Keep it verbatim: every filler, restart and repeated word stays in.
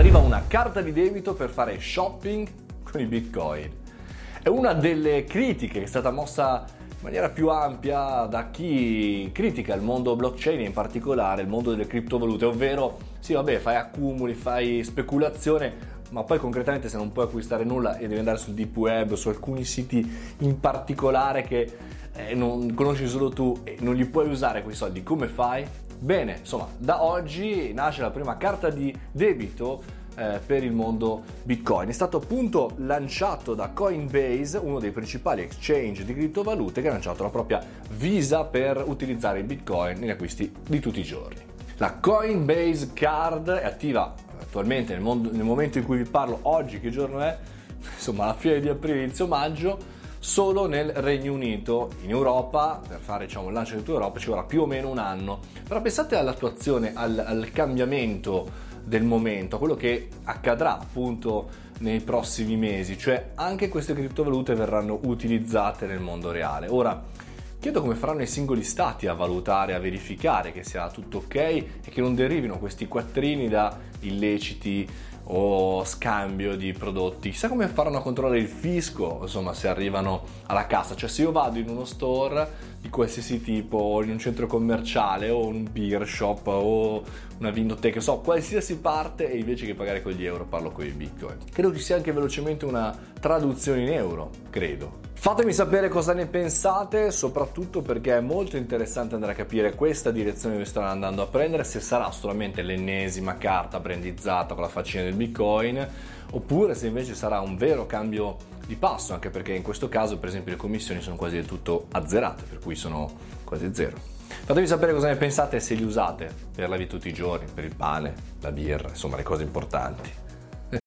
arriva una carta di debito per fare shopping con i bitcoin. È una delle critiche che è stata mossa in maniera più ampia da chi critica il mondo blockchain e in particolare il mondo delle criptovalute, ovvero sì vabbè fai accumuli, fai speculazione, ma poi concretamente se non puoi acquistare nulla e devi andare sul deep web, su alcuni siti in particolare che eh, non conosci solo tu e non li puoi usare quei soldi, come fai? Bene, insomma, da oggi nasce la prima carta di debito eh, per il mondo Bitcoin. È stato appunto lanciato da Coinbase, uno dei principali exchange di criptovalute, che ha lanciato la propria Visa per utilizzare il Bitcoin negli acquisti di tutti i giorni. La Coinbase Card è attiva attualmente nel, mondo, nel momento in cui vi parlo oggi, che giorno è? Insomma, alla fine di aprile, inizio maggio, solo nel Regno Unito. In Europa, per fare diciamo il lancio in tutta Europa ci vorrà più o meno un anno. Però pensate all'attuazione, al, al cambiamento del momento, a quello che accadrà appunto nei prossimi mesi, cioè anche queste criptovalute verranno utilizzate nel mondo reale. Ora, chiedo come faranno i singoli stati a valutare, a verificare che sia tutto ok e che non derivino questi quattrini da illeciti o scambio di prodotti. Chissà come faranno a controllare il fisco, insomma, se arrivano alla cassa. Cioè, se io vado in uno store di qualsiasi tipo, o in un centro commerciale, o un beer shop, o una vinoteca, so, qualsiasi parte, e invece che pagare con gli euro parlo con i bitcoin. Credo ci sia anche velocemente una traduzione in euro, credo. Fatemi sapere cosa ne pensate, soprattutto perché è molto interessante andare a capire questa direzione che stanno andando a prendere, se sarà solamente l'ennesima carta brandizzata con la faccina del Bitcoin, oppure se invece sarà un vero cambio di passo, anche perché in questo caso per esempio le commissioni sono quasi del tutto azzerate, per cui sono quasi zero. Fatemi sapere cosa ne pensate e se li usate per la vita di tutti i giorni, per il pane, la birra, insomma le cose importanti.